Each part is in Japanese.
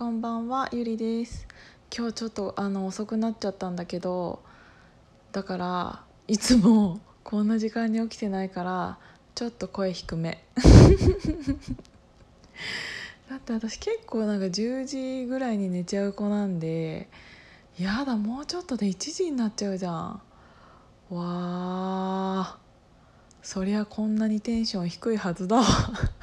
こんばんは、ゆりです。今日ちょっと遅くなっちゃったんだけど、だからいつもこんな時間に起きてないからちょっと声低め。だって私結構10時ぐらいに寝ちゃう子なんで、やだ、もうちょっとで1時になっちゃうじゃん。わー、そりゃこんなにテンション低いはずだわ。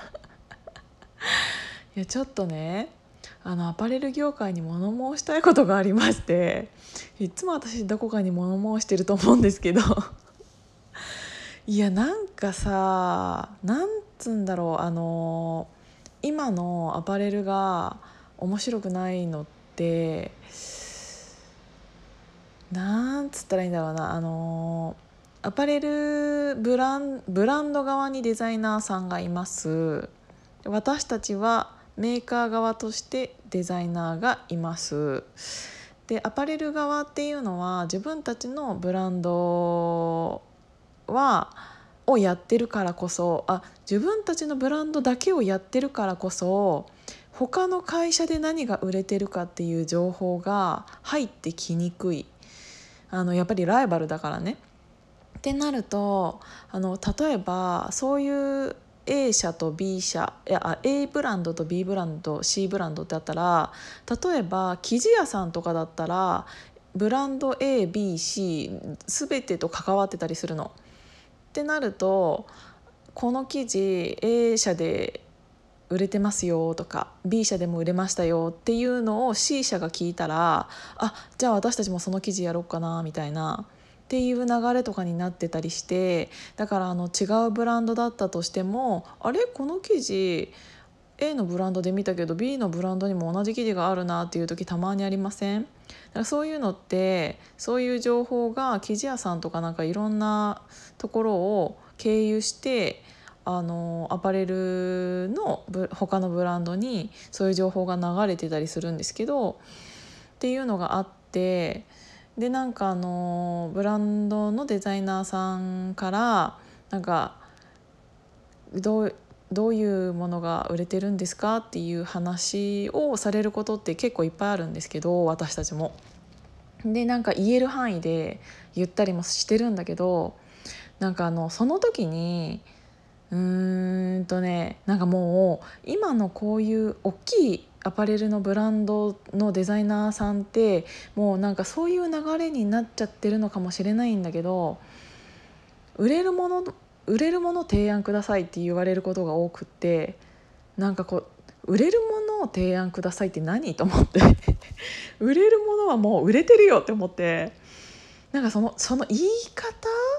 いやちょっとね、アパレル業界に物申したいことがありまして、いつも私どこかに物申してると思うんですけど、いやなんかさ、なんつうんだろう、今のアパレルが面白くないのって、なんつったらいいんだろうな、アパレルブランド側にデザイナーさんがいます。私たちはメーカー側としてデザイナーがいます。でアパレル側っていうのは自分たちのブランドをやってるからこそ、自分たちのブランドだけをやってるからこそ、他の会社で何が売れてるかっていう情報が入ってきにくい。やっぱりライバルだからね。ってなると、例えばそういう A 社と B 社、A ブランドと B ブランド C ブランドってあったら、例えば生地屋さんとかだったらブランド ABC 全てと関わってたりするの。ってなると、この生地 A 社で売れてますよとか B 社でも売れましたよっていうのを C 社が聞いたら、じゃあ私たちもその記事やろうかなみたいなっていう流れとかになってたりして、だから違うブランドだったとしても、この記事 A のブランドで見たけど B のブランドにも同じ記事があるなっていう時たまにありません？だからそういうのって、そういう情報が生地屋さんとかいろんなところを経由してアパレルの他のブランドにそういう情報が流れてたりするんですけど、っていうのがあって、でブランドのデザイナーさんからどうどういうものが売れてるんですかっていう話をされることって結構いっぱいあるんですけど、私たちも。で言える範囲で言ったりもしてるんだけど、その時にもう今のこういう大きいアパレルのブランドのデザイナーさんってもうそういう流れになっちゃってるのかもしれないんだけど、売れるもの提案くださいって言われることが多くって、売れるものを提案くださいって何と思って。売れるものはもう売れてるよって思って、その言い方、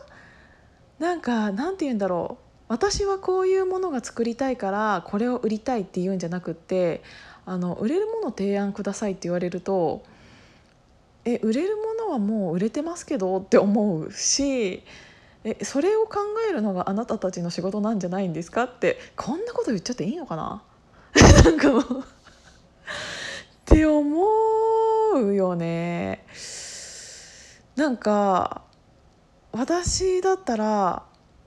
なんて言うんだろう、私はこういうものが作りたいからこれを売りたいっていうんじゃなくって、売れるものを提案くださいって言われると、売れるものはもう売れてますけどって思うし、それを考えるのがあなたたちの仕事なんじゃないんですかって、こんなこと言っちゃっていいのかな。もうって思うよね。私だったら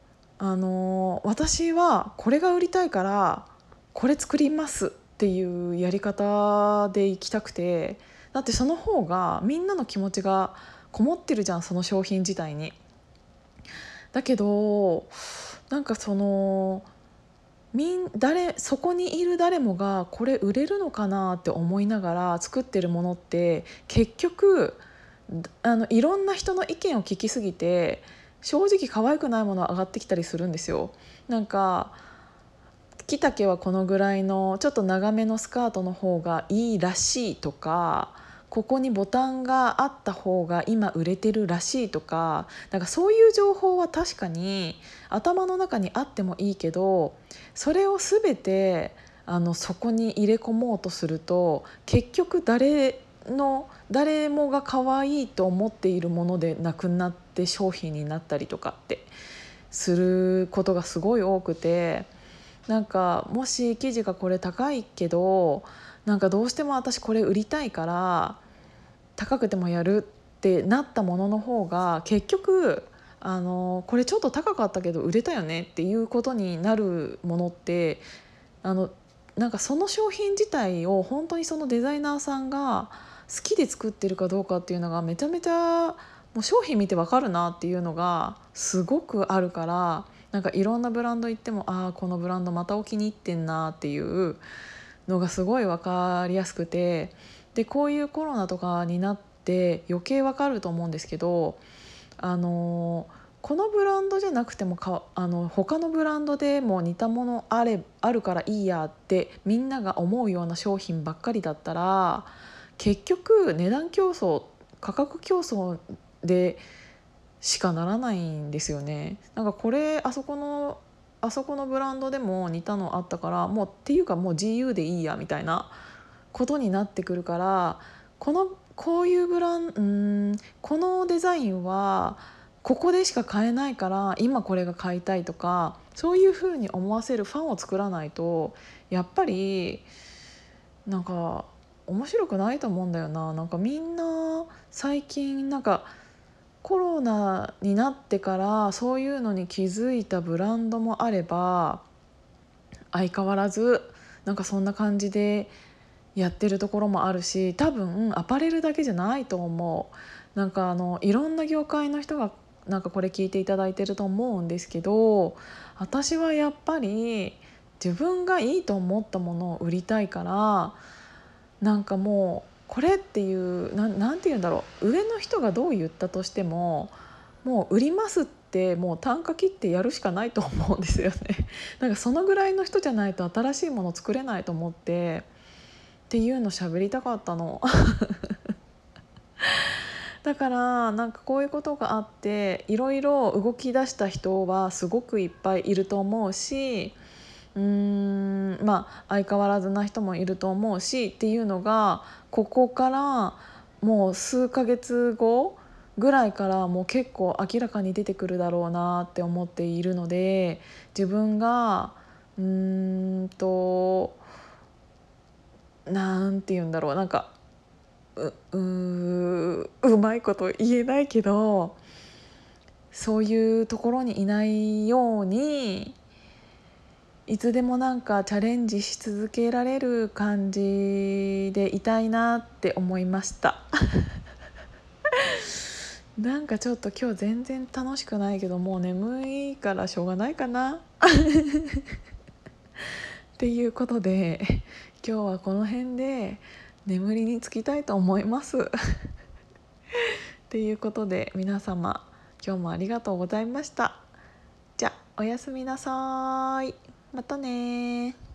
私はこれが売りたいからこれ作りますっていうやり方でいきたくて、だってその方がみんなの気持ちがこもってるじゃん、その商品自体に。だけどそのそこにいる誰もがこれ売れるのかなって思いながら作ってるものって結局いろんな人の意見を聞きすぎて正直可愛くないものは上がってきたりするんですよ。着丈はこのぐらいのちょっと長めのスカートの方がいいらしいとか、ここにボタンがあった方が今売れてるらしいとか、そういう情報は確かに頭の中にあってもいいけど、それを全てそこに入れ込もうとすると結局誰もが可愛いと思っているものでなくなって商品になったりとかってすることがすごい多くて、もし生地がこれ高いけどどうしても私これ売りたいから高くてもやるってなったものの方が結局これちょっと高かったけど売れたよねっていうことになるものってなんかその商品自体を本当にそのデザイナーさんが好きで作ってるかどうかっていうのがめちゃめちゃもう商品見てわかるなっていうのがすごくあるから、なんかいろんなブランド行ってもこのブランドまたお気に入ってんなっていうのがすごい分かりやすくて、でこういうコロナとかになって余計分かると思うんですけど、このブランドじゃなくても他のブランドでも似たものあるからいいやってみんなが思うような商品ばっかりだったら、結局値段競争価格競争でしかならないんですよね。なんかこれあそこのブランドでも似たのあったからもうっていうかもう GU でいいやみたいなことになってくるから、こういうこのデザインはここでしか買えないから今これが買いたいとか、そういうふうに思わせるファンを作らないとやっぱりなんか面白くないと思うんだよな。なんかみんな最近なんかコロナになってからそういうのに気づいたブランドもあれば、相変わらずなんかそんな感じでやってるところもあるし、多分アパレルだけじゃないと思う。なんかいろんな業界の人がなんかこれ聞いていただいてると思うんですけど、私はやっぱり自分がいいと思ったものを売りたいから、なんかもうこれっていうなんて言うんだろう、上の人がどう言ったとしてももう売りますってもう単価切ってやるしかないと思うんですよね。なんかそのぐらいの人じゃないと新しいもの作れないと思ってっていうの喋りたかったの。だからなんかこういうことがあっていろいろ動き出した人はすごくいっぱいいると思うし、相変わらずな人もいると思うしっていうのが、ここからもう数ヶ月後ぐらいからもう結構明らかに出てくるだろうなって思っているので、自分がなんて言うんだろう、なんかうまいこと言えないけど、そういうところにいないようにいつでもなんかチャレンジし続けられる感じでいたいなって思いました。なんかちょっと今日全然楽しくないけどもう眠いからしょうがないかなっていうことで今日はこの辺で眠りにつきたいと思いますっていうことで皆様今日もありがとうございました。じゃあおやすみなさい。またね。